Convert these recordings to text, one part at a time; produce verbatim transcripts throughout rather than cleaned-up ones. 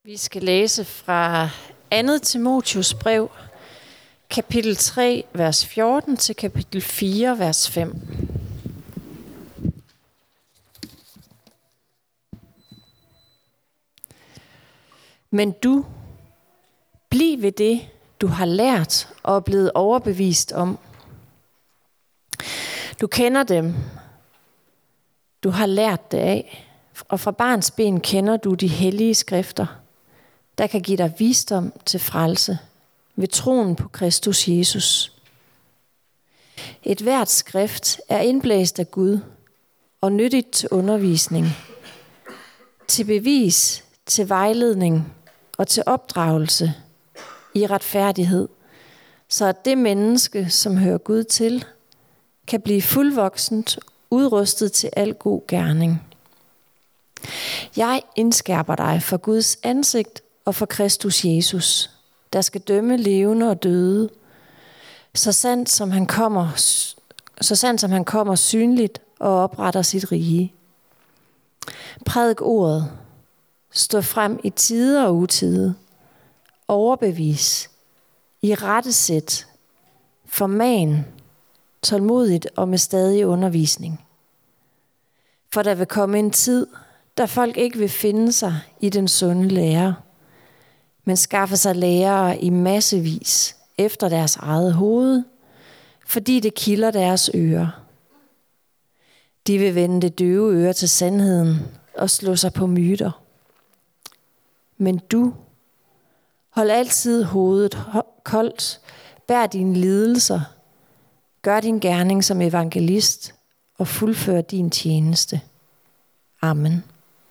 Vi skal læse fra andet Timotheus brev, kapitel tre, vers fjorten til kapitel fire, vers fem. Men du, bliv ved det, du har lært og er blevet overbevist om. Du kender dem, du har lært det af, og fra barns ben kender du de hellige skrifter, der kan give dig visdom til frelse ved troen på Kristus Jesus. Et hvert skrift er indblæst af Gud og nyttigt til undervisning, til bevis, til vejledning og til opdragelse i retfærdighed, så at det menneske, som hører Gud til, kan blive fuldvoksent, udrustet til al god gerning. Jeg indskærper dig for Guds ansigt og for Kristus Jesus, der skal dømme levende og døde, så sandt som han kommer, så sandt som han kommer synligt og opretter sit rige. Prædik ordet, stå frem i tide og utide, overbevis, i rettesæt, forman, tålmodigt og med stadig undervisning. For der vil komme en tid, da folk ikke vil finde sig i den sunde lære, men skaffe sig lærere i massevis efter deres eget hoved, fordi det kilder deres ører. De vil vende det døve øre til sandheden og slå sig på myter. Men du, hold altid hovedet koldt, bær dine lidelser, gør din gerning som evangelist og fuldfør din tjeneste. Amen.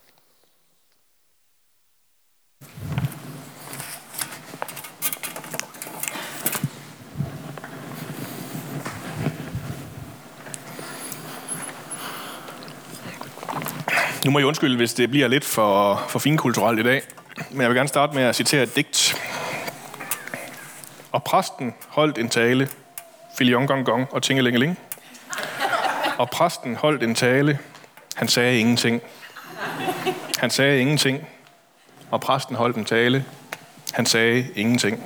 Nu må jeg undskylde, hvis det bliver lidt for, for finkulturelt i dag, men jeg vil gerne starte med at citere et digt. Og præsten holdt en tale, filiongongong og tingelingeling. Og præsten holdt en tale, han sagde ingenting. Han sagde ingenting. Og præsten holdt en tale, han sagde ingenting.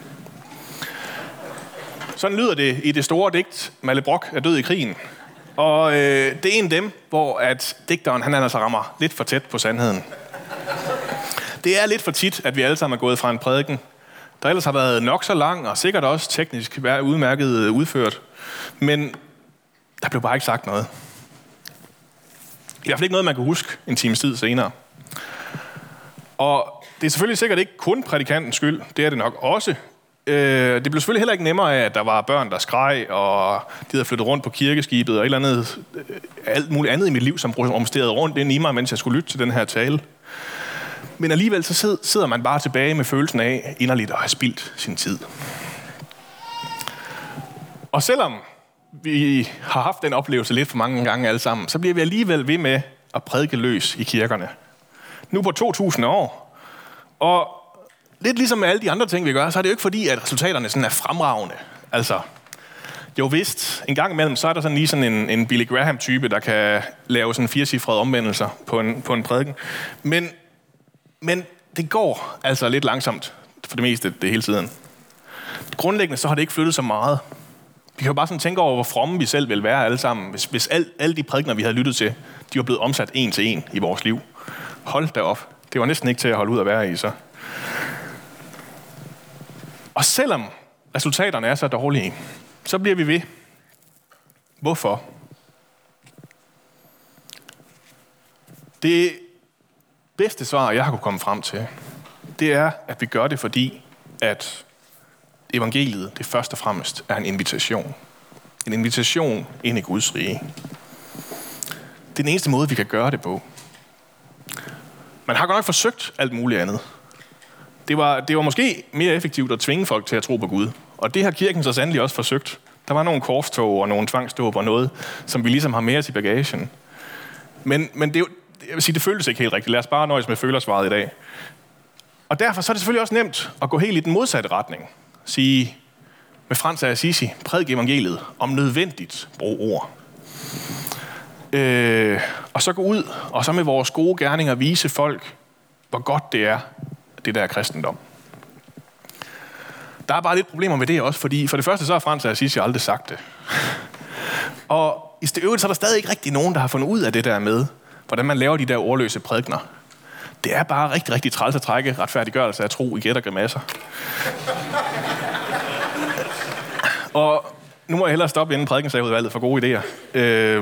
Sådan lyder det i det store digt, Malebrock er død i krigen. Og øh, det er en af dem, hvor at digteren han altså rammer lidt for tæt på sandheden. Det er lidt for tit, at vi alle sammen er gået fra en prædiken, der ellers har været nok så lang og sikkert også teknisk udmærket udført. Men der blev bare ikke sagt noget. I hvert fald ikke noget, man kan huske en times tid senere. Og det er selvfølgelig sikkert ikke kun prædikantens skyld, det er det nok også. Det blev selvfølgelig heller ikke nemmere af, at der var børn, der skreg, og de havde flyttet rundt på kirkeskibet, og et eller andet, alt muligt andet i mit liv, som rumsterede rundt ind i mig, mens jeg skulle lytte til den her tale. Men alligevel så sidder man bare tilbage med følelsen af inderligt at have spildt sin tid. Og selvom vi har haft den oplevelse lidt for mange gange alle sammen, så bliver vi alligevel ved med at prædike løs i kirkerne. Nu på to tusind år. Og lidt ligesom med alle de andre ting, vi gør, så er det jo ikke fordi, at resultaterne sådan er fremragende. Altså, jo vist, en gang imellem, så er der sådan lige sådan en, en Billy Graham-type, der kan lave sådan firecifrede omvendelser på en, på en prædiken. Men, men det går altså lidt langsomt for det meste det hele tiden. Grundlæggende så har det ikke flyttet så meget. Vi kan jo bare sådan tænke over, hvor fromme vi selv vil være alle sammen, hvis, hvis al, alle de prædikener, vi havde lyttet til, de var blevet omsat en til en i vores liv. Hold da op. Det var næsten ikke til at holde ud at være i, så. Og selvom resultaterne er så dårlige, så bliver vi ved. Hvorfor? Det bedste svar, jeg har kunnet komme frem til, det er, at vi gør det, fordi at evangeliet, det først og fremmest er en invitation. En invitation ind i Guds rige. Det er den eneste måde, vi kan gøre det på. Man har godt nok forsøgt alt muligt andet. Det var, det var måske mere effektivt at tvinge folk til at tro på Gud. Og det har kirken så sandelig også forsøgt. Der var nogle korstog og nogle tvangsdåb og noget, som vi ligesom har mere til bagagen. Men, men det, jeg vil sige, det føles ikke helt rigtigt. Lad os bare nøjes med følersvaret i dag. Og derfor så er det selvfølgelig også nemt at gå helt i den modsatte retning. Sige med Frans af Assisi, prædik evangeliet, om nødvendigt brug ord. Øh, og så gå ud, og så med vores gode gerninger vise folk, hvor godt det er, det der kristendom. Der er bare lidt problemer med det også, fordi for det første så har Frans og Assisi aldrig sagt det. Og i øvrigt så er der stadig ikke rigtig nogen, der har fundet ud af det der med, hvordan man laver de der ordløse prædikener. Det er bare rigtig, rigtig træls at trække retfærdiggørelse af tro i gæt og grimasser. Og nu må jeg hellere stoppe inden prædikensagudvalget for gode idéer. Øh,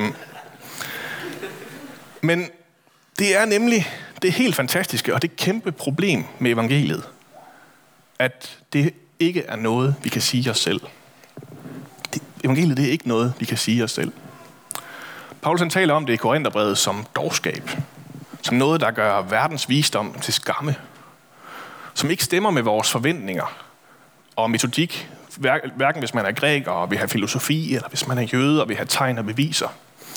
men det er nemlig det helt fantastiske og det kæmpe problem med evangeliet, at det ikke er noget, vi kan sige os selv. Det, evangeliet det er ikke noget, vi kan sige os selv. Paulus han taler om det i Korintherbrevet som dårskab. Som noget, der gør verdens visdom til skamme. Som ikke stemmer med vores forventninger og metodik. Hverken hvis man er græker og vil have filosofi, eller hvis man er jøde og vil have tegn og beviser.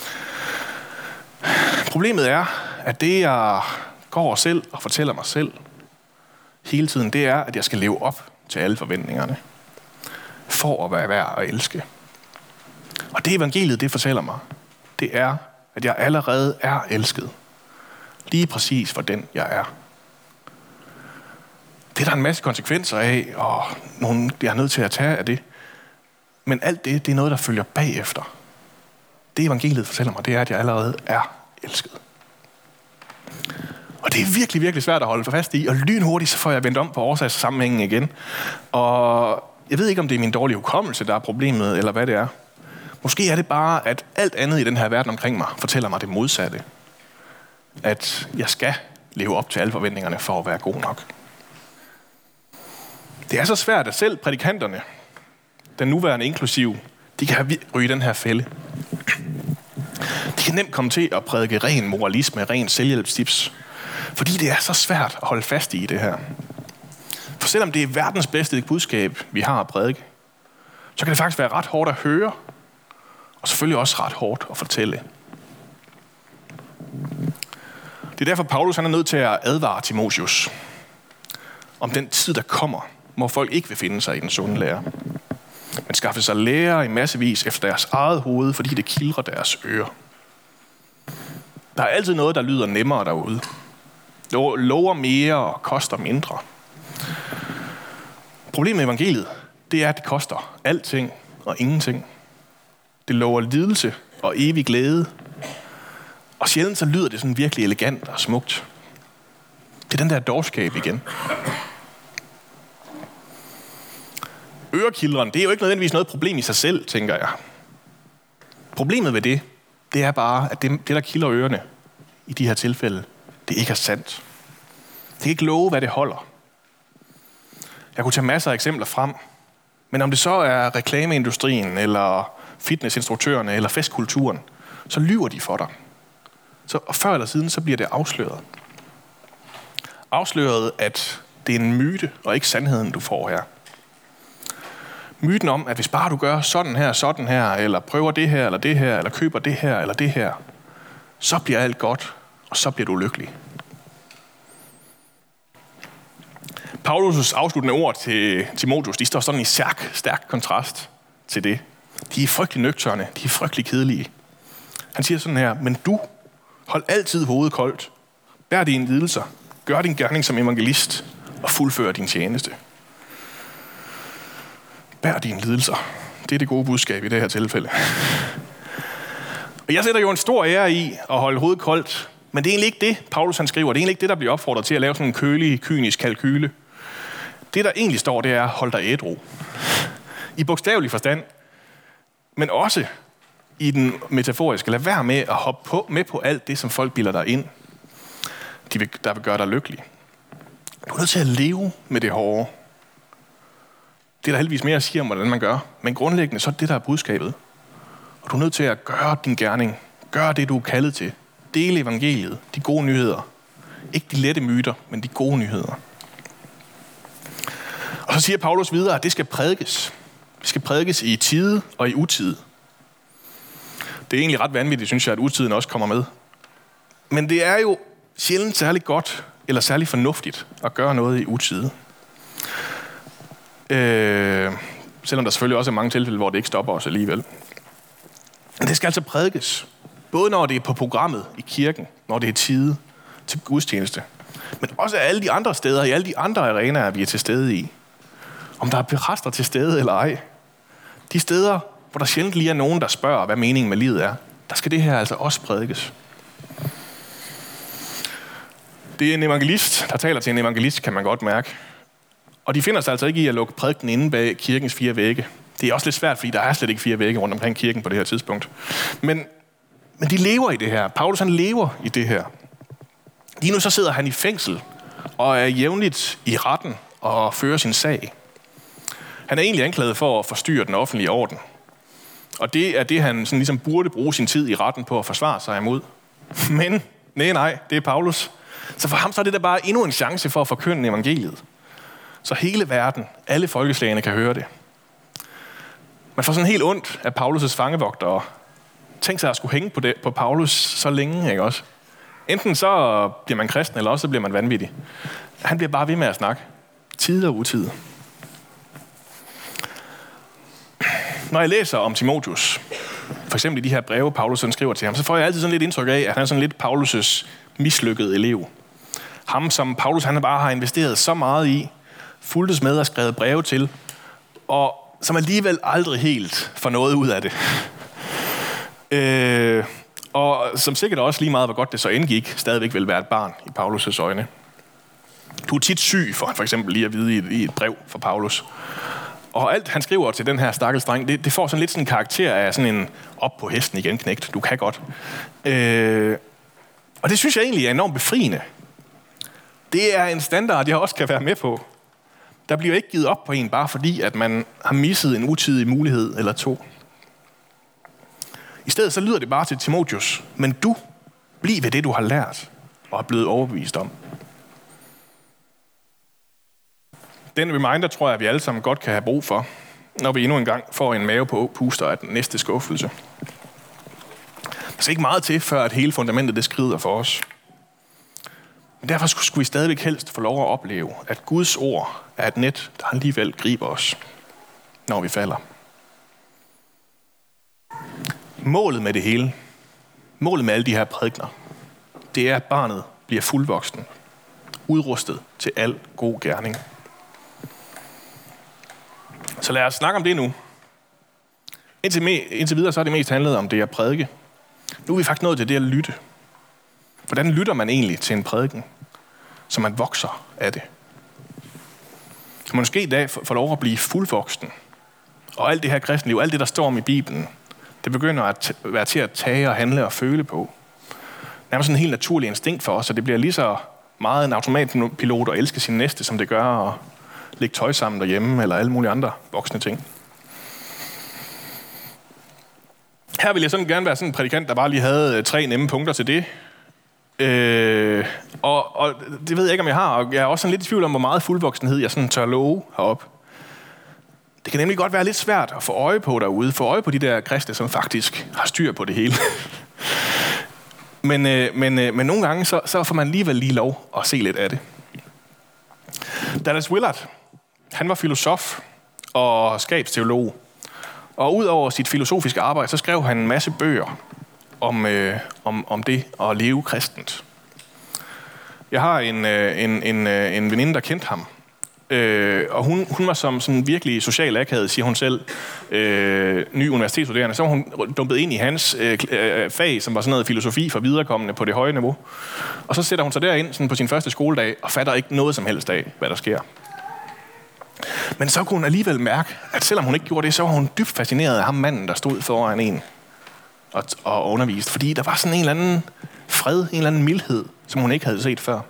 Problemet er, at det jeg går selv og fortæller mig selv hele tiden, det er, at jeg skal leve op til alle forventningerne. For at være værd at elske. Og det evangeliet, det fortæller mig, det er, at jeg allerede er elsket. Lige præcis for den, jeg er. Det er der en masse konsekvenser af, og nogle, jeg er nødt til at tage af det. Men alt det, det er noget, der følger bagefter. Det evangeliet fortæller mig, det er, at jeg allerede er elsket. Og det er virkelig, virkelig svært at holde fast i, og lynhurtigt, så får jeg vendt om på årsagssammenhængen igen. Og jeg ved ikke, om det er min dårlige hukommelse, der er problemet, eller hvad det er. Måske er det bare, at alt andet i den her verden omkring mig fortæller mig det modsatte. At jeg skal leve op til alle forventningerne for at være god nok. Det er så svært, at selv prædikanterne, den nuværende inklusiv, de kan ryge i den her fælde. De kan nemt komme til at prædike ren moralisme, ren selvhjælpstips. Fordi det er så svært at holde fast i det her. For selvom det er verdens bedste budskab, vi har at prædike, så kan det faktisk være ret hårdt at høre, og selvfølgelig også ret hårdt at fortælle. Det er derfor, Paulus han er nødt til at advare Timotheus om den tid, der kommer, hvor folk ikke vil finde sig i den sunde lære. Men skaffe sig lærer i massevis efter deres eget hoved, fordi det kildrer deres ører. Der er altid noget, der lyder nemmere derude. Lover mere og koster mindre. Problemet med evangeliet, det er, at det koster alting og ingenting. Det lover lidelse og evig glæde. Og sjældent så lyder det sådan virkelig elegant og smukt. Det er den der dårskab igen. Ørekilderen, det er jo ikke nødvendigvis noget problem i sig selv, tænker jeg. Problemet ved det, det er bare, at det, det der kilder ørerne i de her tilfælde, det ikke er sandt. Det kan ikke love, hvad det holder. Jeg kunne tage masser af eksempler frem, men om det så er reklameindustrien, eller fitnessinstruktørerne, eller festkulturen, så lyver de for dig. Så og før eller siden, så bliver det afsløret. Afsløret, at det er en myte, og ikke sandheden, du får her. Myten om, at hvis bare du gør sådan her, sådan her, eller prøver det her, eller det her, eller køber det her, eller det her, så bliver alt godt, og så bliver du lykkelig. Paulus' afsluttende ord til Timotheus, de står sådan i stærk, stærk kontrast til det. De er frygtelig nøgterne, de er frygtelig kedelige. Han siger sådan her, men du, hold altid hovedet koldt, bær dine lidelser, gør din gerning som evangelist, og fuldfør din tjeneste. Bær dine lidelser. Det er det gode budskab i det her tilfælde. Og jeg sætter jo en stor ære i at holde hovedet koldt, men det er egentlig ikke det, Paulus han skriver. Det er egentlig ikke det, der bliver opfordret til at lave sådan en kølig, kynisk kalkyle. Det, der egentlig står, det er, hold dig ædru. I bogstavelig forstand, men også i den metaforiske. Lad være med at hoppe på, med på alt det, som folk bilder dig ind, de vil, der vil gøre dig lykkelig. Du er nødt til at leve med det hårde. Det er der heldigvis mere at sige om, hvordan man gør. Men grundlæggende, så er det, der er budskabet. Og du er nødt til at gøre din gerning. Gør det, du er kaldet til. Dele evangeliet, de gode nyheder. Ikke de lette myter, men de gode nyheder. Og så siger Paulus videre, at det skal prædikes. Det skal prædikes i tide og i utide. Det er egentlig ret vanvittigt, synes jeg, at utiden også kommer med. Men det er jo sjældent særlig godt eller særlig fornuftigt at gøre noget i utide. Øh, selvom der selvfølgelig også er mange tilfælde, hvor det ikke stopper os alligevel. Men det skal altså prædikes. Både når det er på programmet i kirken, når det er tide til gudstjeneste, Men også alle de andre steder, i alle de andre arenaer, vi er til stede i. Om der er præster til stede eller ej. De steder, hvor der sjældent lige er nogen, der spørger, hvad meningen med livet er, der skal det her altså også prædikes. Det er en evangelist, der taler til en evangelist, kan man godt mærke. Og de finder sig altså ikke i at lukke prædiken inde bag kirkens fire vægge. Det er også lidt svært, fordi der er slet ikke fire vægge rundt omkring kirken på det her tidspunkt. Men, men de lever i det her. Paulus han lever i det her. Lige nu så sidder han i fængsel og er jævnligt i retten og fører sin sag. Han er egentlig anklaget for at forstyrre den offentlige orden. Og det er det, han sådan ligesom burde bruge sin tid i retten på at forsvare sig imod. Men nej, nej, det er Paulus. Så for ham så er det der bare endnu en chance for at forkynde evangeliet. Så hele verden, alle folkeslagene kan høre det. Man får sådan helt ondt af Paulus' fangevogtere. Tænk sig at skulle hænge på, det, på Paulus så længe, ikke også? Enten så bliver man kristen, eller også så bliver man vanvittig. Han bliver bare ved med at snakke. Tid og utid. Når jeg læser om Timotheus, for eksempel i de her breve, Paulus skriver til ham, så får jeg altid sådan lidt indtryk af, at han er sådan lidt Paulus' mislykkede elev. Ham, som Paulus han bare har investeret så meget i, fuldtes med og skrevet breve til, og som alligevel aldrig helt får noget ud af det. øh, og som sikkert også lige meget, hvor godt det så indgik, stadigvæk vil være et barn i Paulus' øjne. Du er tit syg, for han for eksempel lige at vide i et, i et brev fra Paulus. Og alt han skriver til den her stakkels dreng, det, det får sådan lidt sådan en karakter af sådan en op på hesten igen knægt, du kan godt. Øh, og det synes jeg egentlig er enormt befriende. Det er en standard, jeg også kan være med på. Der bliver ikke givet op på en, bare fordi, at man har misset en utidig mulighed eller to. I stedet så lyder det bare til Timotheus, men du, bliv ved det, du har lært og er blevet overbevist om. Den reminder tror jeg, at vi alle sammen godt kan have brug for, når vi endnu en gang får en mave på puster af den næste skuffelse. Der er ikke meget til, før at hele fundamentet det skrider for os. Men derfor skulle vi stadigvæk helst få lov at opleve, at Guds ord er et net, der alligevel griber os, når vi falder. Målet med det hele, målet med alle de her prædikener, det er, at barnet bliver fuldvoksen, udrustet til al god gerning. Så lad os snakke om det nu. Indtil, me- indtil videre så er det mest handlet om det at prædike. Nu er vi faktisk nået til det at lytte. Hvordan lytter man egentlig til en prædiken, så man vokser af det? Kan man måske i dag få lov at blive fuldvoksen? Og alt det her kristenliv, alt det der står om i Bibelen, det begynder at være til at tage og handle og føle på. Det er sådan en helt naturlig instinkt for os, så det bliver lige så meget en automatpilot at elske sin næste, som det gør at lægge tøj sammen derhjemme, eller alle mulige andre voksne ting. Her vil jeg sådan gerne være sådan en prædikant, der bare lige havde tre nemme punkter til det. Øh, og, og det ved jeg ikke, om jeg har, og jeg er også sådan lidt i tvivl om, hvor meget fuldvoksenhed jeg sådan tør love heroppe. Det kan nemlig godt være lidt svært at få øje på derude, få øje på de der kristne, som faktisk har styr på det hele. men, øh, men, øh, men nogle gange, så, så får man alligevel lige lov at se lidt af det. Dallas Willard, han var filosof og skabsteolog. Og ud over sit filosofiske arbejde, så skrev han en masse bøger om, øh, om, om det at leve kristent. Jeg har en, øh, en, en, øh, en veninde, der kendte ham. Øh, og hun, hun var som sådan virkelig social akavet, siger hun selv, øh, ny universitetsstuderende. Så var hun dumpet ind i hans øh, fag, som var sådan noget filosofi for viderekommende på det høje niveau. Og så sætter hun sig derind sådan på sin første skoledag og fatter ikke noget som helst af, hvad der sker. Men så kunne hun alligevel mærke, at selvom hun ikke gjorde det, så var hun dybt fascineret af ham manden, der stod foran en og, og underviste. Fordi der var sådan en eller anden fred, en eller anden mildhed, som hun ikke havde set før.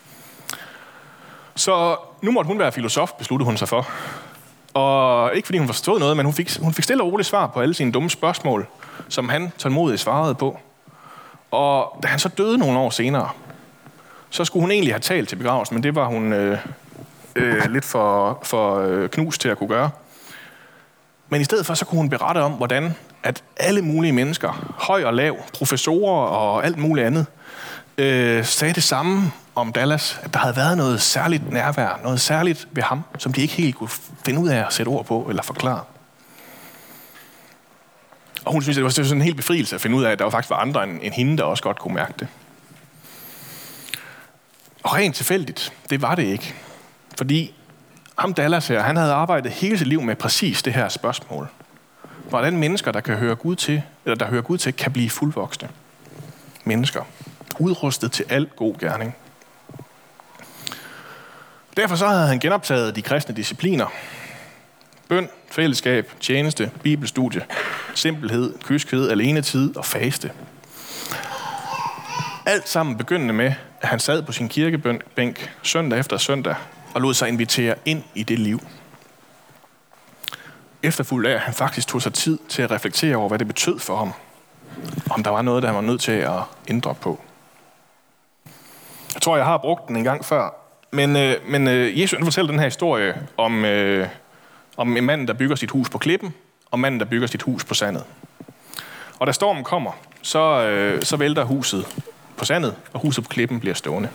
Så nu måtte hun være filosof, besluttede hun sig for. Og ikke fordi hun forstod noget, men hun fik, hun fik stille og roligt svar på alle sine dumme spørgsmål, som han tålmodigt svarede på. Og da han så døde nogle år senere, så skulle hun egentlig have talt til begravelsen, men det var hun øh, øh, lidt for, for øh, knust til at kunne gøre. Men i stedet for, så kunne hun berette om, hvordan at alle mulige mennesker, høj og lav, professorer og alt muligt andet, øh, sagde det samme om Dallas, at der havde været noget særligt nærvær, noget særligt ved ham, som de ikke helt kunne finde ud af at sætte ord på eller forklare. Og hun synes, det var sådan en helt befrielse at finde ud af, at der faktisk var andre end, end hende, der også godt kunne mærke det. Og rent tilfældigt, det var det ikke. Fordi ham Dallas her, han havde arbejdet hele sit liv med præcis det her spørgsmål. Hvordan mennesker, der kan høre Gud til, eller der hører Gud til, kan blive fuldvoksne mennesker. Udrustet til al god gerning. Derfor så havde han genoptaget de kristne discipliner. Bøn, fællesskab, tjeneste, bibelstudie, simpelhed, kyskhed, alenetid og faste. Alt sammen begyndende med, at han sad på sin kirkebænk søndag efter søndag og lod sig invitere ind i det liv. Efterfulgt af, at han faktisk tog sig tid til at reflektere over, hvad det betød for ham. Om der var noget, der han var nødt til at ændre på. Jeg tror, jeg har brugt den en gang før. Men, øh, men øh, Jesus fortæller den her historie om, øh, om en mand, der bygger sit hus på klippen, og manden, der bygger sit hus på sandet. Og da stormen kommer, så, øh, så vælter huset på sandet, og huset på klippen bliver stående.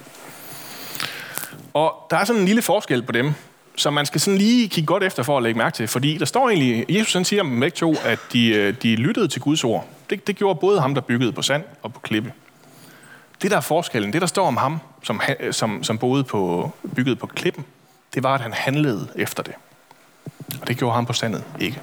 Og der er sådan en lille forskel på dem, som man skal sådan lige kigge godt efter for at lægge mærke til. Fordi der står egentlig, Jesus han siger om dem begge to, at de, de lyttede til Guds ord. Det, det gjorde både ham, der byggede på sand og på klippe. Det der er forskellen, det der står om ham, som, som, som boede på, byggede på klippen, det var, at han handlede efter det. Og det gjorde ham på sandet ikke.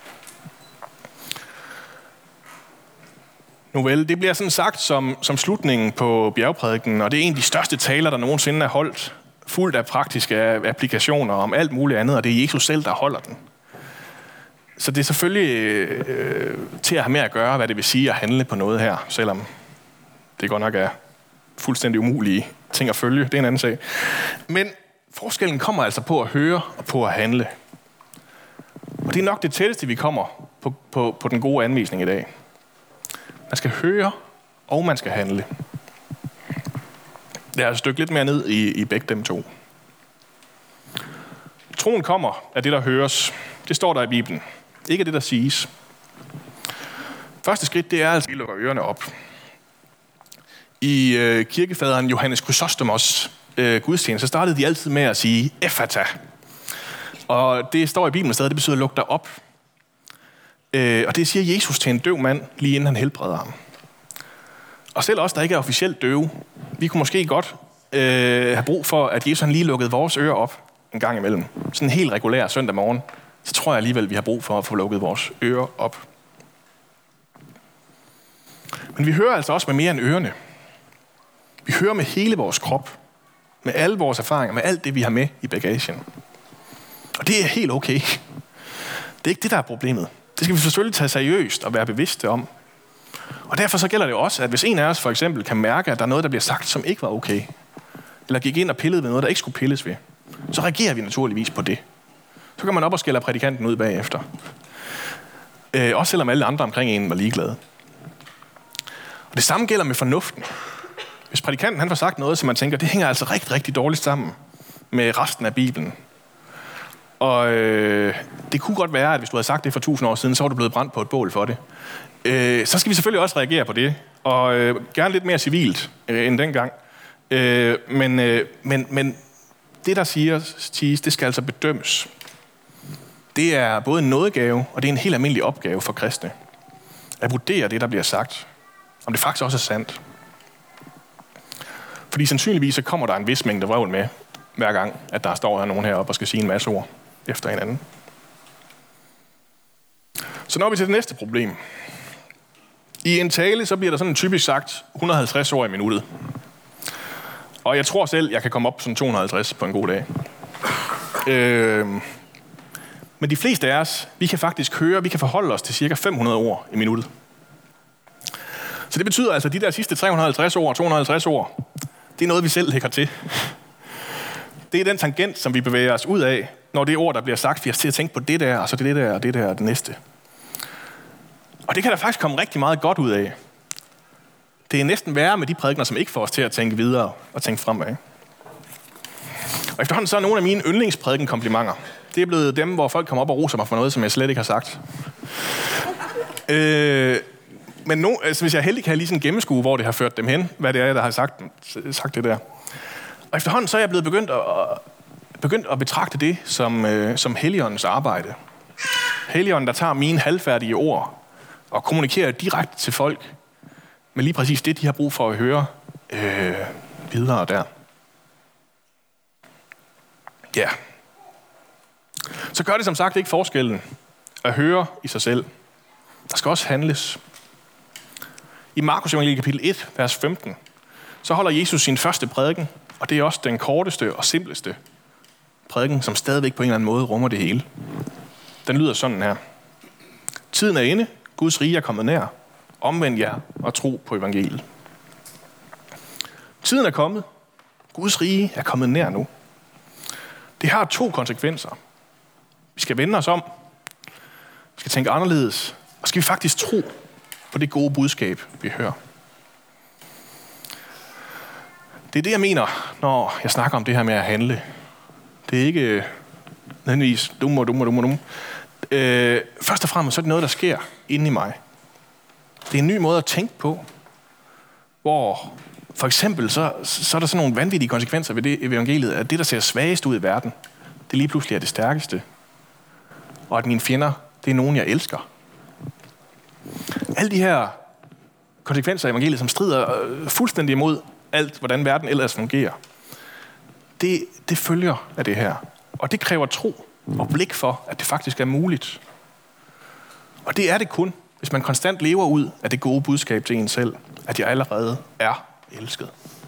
Nu vel, det bliver sådan sagt som, som slutningen på bjergprædiken, og det er en af de største taler, der nogensinde er holdt, fuldt af praktiske applikationer om alt muligt andet, og det er Jesus selv, der holder den. Så det er selvfølgelig øh, til at have med at gøre, hvad det vil sige at handle på noget her, selvom det godt nok er fuldstændig umulige ting at følge. Det er en anden sag. Men forskellen kommer altså på at høre og på at handle. Og det er nok det tætteste, vi kommer på, på, på den gode anvisning i dag. Man skal høre, og man skal handle. Det er et stykke lidt mere ned i, i begge dem to. Troen kommer af det, der høres. Det står der i Bibelen. Ikke af det, der siges. Første skridt, det er altså at lukke ørerne op. I øh, kirkefaderen Johannes Chrysostomos øh, gudstjeneste, så startede de altid med at sige Ephata. Og det står i Bibelen stadig, det betyder luk dig op. Øh, og det siger Jesus til en døv mand, lige inden han helbreder ham. Og selv os, der ikke er officielt døve, vi kunne måske godt øh, have brug for, at Jesus han lige lukkede vores ører op en gang imellem. Sådan en helt regulær søndag morgen. Så tror jeg alligevel, vi har brug for at få lukket vores ører op. Men vi hører altså også med mere end ørerne. Vi hører med hele vores krop. Med alle vores erfaringer. Med alt det, vi har med i bagagen. Og det er helt okay. Det er ikke det, der er problemet. Det skal vi selvfølgelig tage seriøst og være bevidste om. Og derfor så gælder det også, at hvis en af os for eksempel kan mærke, at der er noget, der bliver sagt, som ikke var okay, eller gik ind og pillede ved noget, der ikke skulle pilles ved, så reagerer vi naturligvis på det. Så kan man op og skælder prædikanten ud bagefter. Øh, også selvom alle andre omkring en var ligeglade. Og det samme gælder med fornuften. Hvis prædikanten han får sagt noget, som man tænker, det hænger altså rigtig, rigtig dårligt sammen med resten af Bibelen. Og øh, det kunne godt være, at hvis du havde sagt det for tusind år siden, så var du blevet brændt på et bål for det. Øh, så skal vi selvfølgelig også reagere på det. Og øh, gerne lidt mere civilt øh, end dengang. Øh, men, øh, men, men det, der siger, siges, det skal altså bedømmes. Det er både en nådegave, og det er en helt almindelig opgave for kristne. At vurdere det, der bliver sagt. Om det faktisk også er sandt. Fordi sandsynligvis så kommer der en vis mængde vrøvl med, hver gang, at der står her nogen heroppe og skal sige en masse ord efter hinanden. Så når vi til det næste problem. I en tale, så bliver der sådan typisk sagt et hundrede og halvtreds ord i minuttet. Og jeg tror selv, jeg kan komme op på sådan to hundrede og halvtreds på en god dag. Øh, men de fleste af os, vi kan faktisk høre, vi kan forholde os til cirka fem hundrede ord i minuttet. Så det betyder altså, at de der sidste tre hundrede og halvtreds ord, to hundrede og halvtreds ord, det er noget, vi selv lægger til. Det er den tangent, som vi bevæger os ud af, når det ord, der bliver sagt, vi har til at tænke på det der, og så det der, og det der, og det næste. Og det kan der faktisk komme rigtig meget godt ud af. Det er næsten værre med de prædikener, som ikke får os til at tænke videre og tænke fremad. Og efterhånden så er nogle af mine yndlingsprædikenkomplimenter. Det er blevet dem, hvor folk kommer op og roser mig for noget, som jeg slet ikke har sagt. øh, men no, altså, hvis jeg heldig kan jeg lige sådan gennemskue, hvor det har ført dem hen, hvad det er, der har sagt, sagt det der. Og efterhånden så er jeg blevet begyndt at, begyndt at betragte det som, øh, som Helligåndens arbejde. Helligånden, der tager mine halvfærdige ord og kommunikerer direkte til folk med lige præcis det, de har brug for at høre øh, videre der. Ja. Så gør det som sagt ikke forskellen at høre i sig selv. Der skal også handles. I Markus evangeliet kapitel et, vers femten, så holder Jesus sin første prædiken, og det er også den korteste og simpleste prædiken, som stadigvæk på en eller anden måde rummer det hele. Den lyder sådan her. Tiden er inde, Guds rige er kommet nær. Omvend jer og tro på evangeliet. Tiden er kommet. Guds rige er kommet nær nu. Det har to konsekvenser. Vi skal vende os om. Vi skal tænke anderledes. Og skal vi faktisk tro på det gode budskab, vi hører. Det er det, jeg mener, når jeg snakker om det her med at handle. Det er ikke nødvendigvis dum og dum og dum og dum. Øh, først og fremmest så er det noget, der sker inde i mig. Det er en ny måde at tænke på, hvor for eksempel så, så er der sådan nogle vanvittige konsekvenser ved det evangeliet, at det, der ser svagest ud i verden, det lige pludselig er det stærkeste. Og at mine fjender, det er nogen, jeg elsker. Alle de her konsekvenser af evangeliet, som strider fuldstændig imod alt, hvordan verden ellers fungerer, det, det følger af det her. Og det kræver tro og blik for, at det faktisk er muligt. Og det er det kun, hvis man konstant lever ud af det gode budskab til en selv, at jeg allerede er elsket.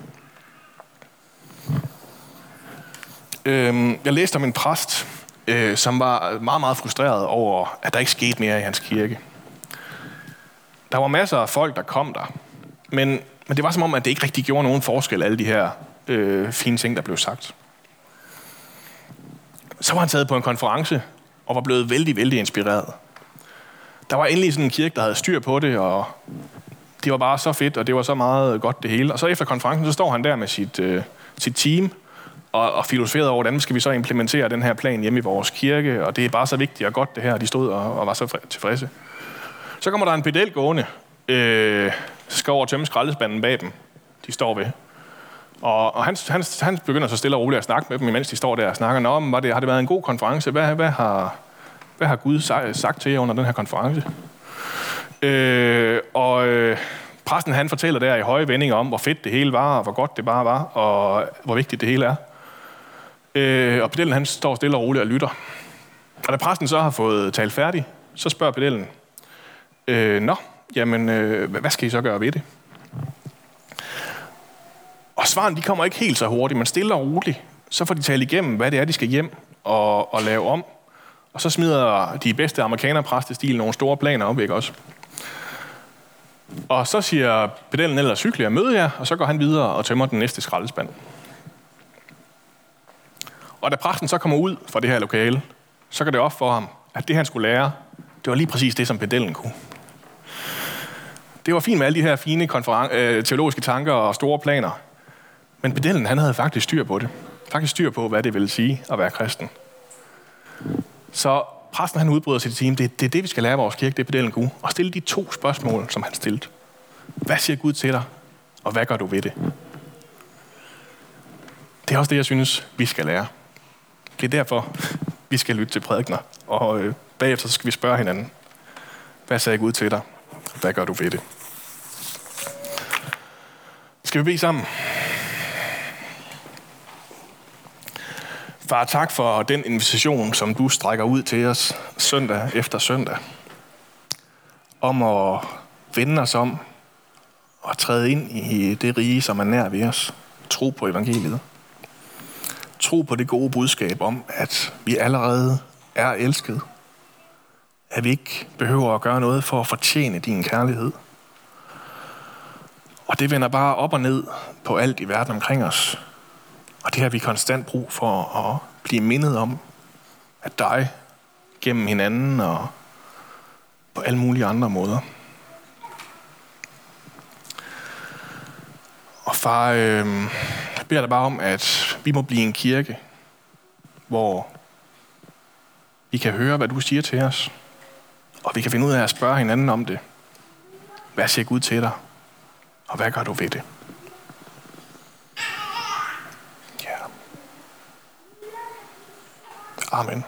Øhm, jeg læste om en præst, øh, som var meget, meget frustreret over, at der ikke skete mere i hans kirke. Der var masser af folk, der kom der, men, men det var som om, at det ikke rigtig gjorde nogen forskel, alle de her øh, fine ting, der blev sagt. Så var han taget på en konference, og var blevet vældig, vældig inspireret. Der var endelig sådan en kirke, der havde styr på det, og det var bare så fedt, og det var så meget godt det hele. Og så efter konferencen, så står han der med sit, øh, sit team, og, og filosoferede over, hvordan skal vi så implementere den her plan hjemme i vores kirke, og det er bare så vigtigt og godt det her, de stod og, og var så tilfredse. Så kommer der en pedel gående, øh, skal over og tømme skraldespanden bag dem, de står ved. Og, og han, han, han begynder så stille og roligt at snakke med dem, imens de står der og snakker. Nå, men var det, har det været en god konference? Hvad, hvad, har, hvad har Gud sagt til jer under den her konference? Øh, og øh, præsten han fortæller der i høje vendinger om, hvor fedt det hele var, og hvor godt det bare var, og hvor vigtigt det hele er. Øh, og pedellen han står stille og roligt og lytter. Og da præsten så har fået talt færdig, så spørger pedellen, øh, nå, jamen, øh, hvad skal I så gøre ved det? Og svaren, de kommer ikke helt så hurtigt, men stille og roligt. Så får de talt igennem, hvad det er, de skal hjem og, og lave om. Og så smider de bedste amerikanerpræstestil nogle store planer op, ikke også? Og så siger pedellen ellers cykler, møde jer, og så går han videre og tømmer den næste skraldespand. Og da præsten så kommer ud fra det her lokale, så går det op for ham, at det han skulle lære, det var lige præcis det, som pedellen kunne. Det var fint med alle de her fine konferen- øh, teologiske tanker og store planer. Men pedellen, han havde faktisk styr på det. Faktisk styr på, hvad det ville sige at være kristen. Så præsten, han udbryder sit team. Det, det er det, vi skal lære vores kirke, det er pedellen kunne. Og stille de to spørgsmål, som han stillede. Hvad siger Gud til dig? Og hvad gør du ved det? Det er også det, jeg synes, vi skal lære. Det er derfor, vi skal lytte til prædikener. Og øh, bagefter så skal vi spørge hinanden. Hvad sagde Gud til dig? Hvad gør du ved det? Skal vi bede sammen? Far, tak for den invitation, som du strækker ud til os søndag efter søndag. Om at vende os om og træde ind i det rige, som er nær ved os. Tro på evangeliet. Tro på det gode budskab om, at vi allerede er elsket. At vi ikke behøver at gøre noget for at fortjene din kærlighed. Og det vender bare op og ned på alt i verden omkring os. Og det har vi konstant brug for at blive mindet om, at dig gennem hinanden og på alle mulige andre måder. Og far, øh, jeg beder dig bare om, at vi må blive en kirke, hvor vi kan høre, hvad du siger til os. Og vi kan finde ud af at spørge hinanden om det. Hvad siger Gud til dig? Og hvad gør du ved det? Ja. Amen.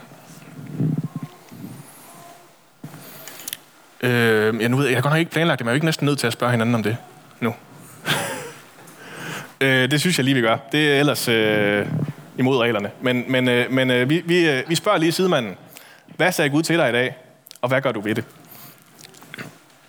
Øh, jeg, nu ved, jeg har godt nok ikke planlagt det, men jeg er jo ikke næsten nødt til at spørge hinanden om det nu. øh, det synes jeg lige, vi gør. Det er ellers... Øh, imod reglerne. Men, men, øh, men øh, vi, vi, øh, vi spørger lige sidemanden, hvad sagde Gud til dig i dag, og hvad gør du ved det?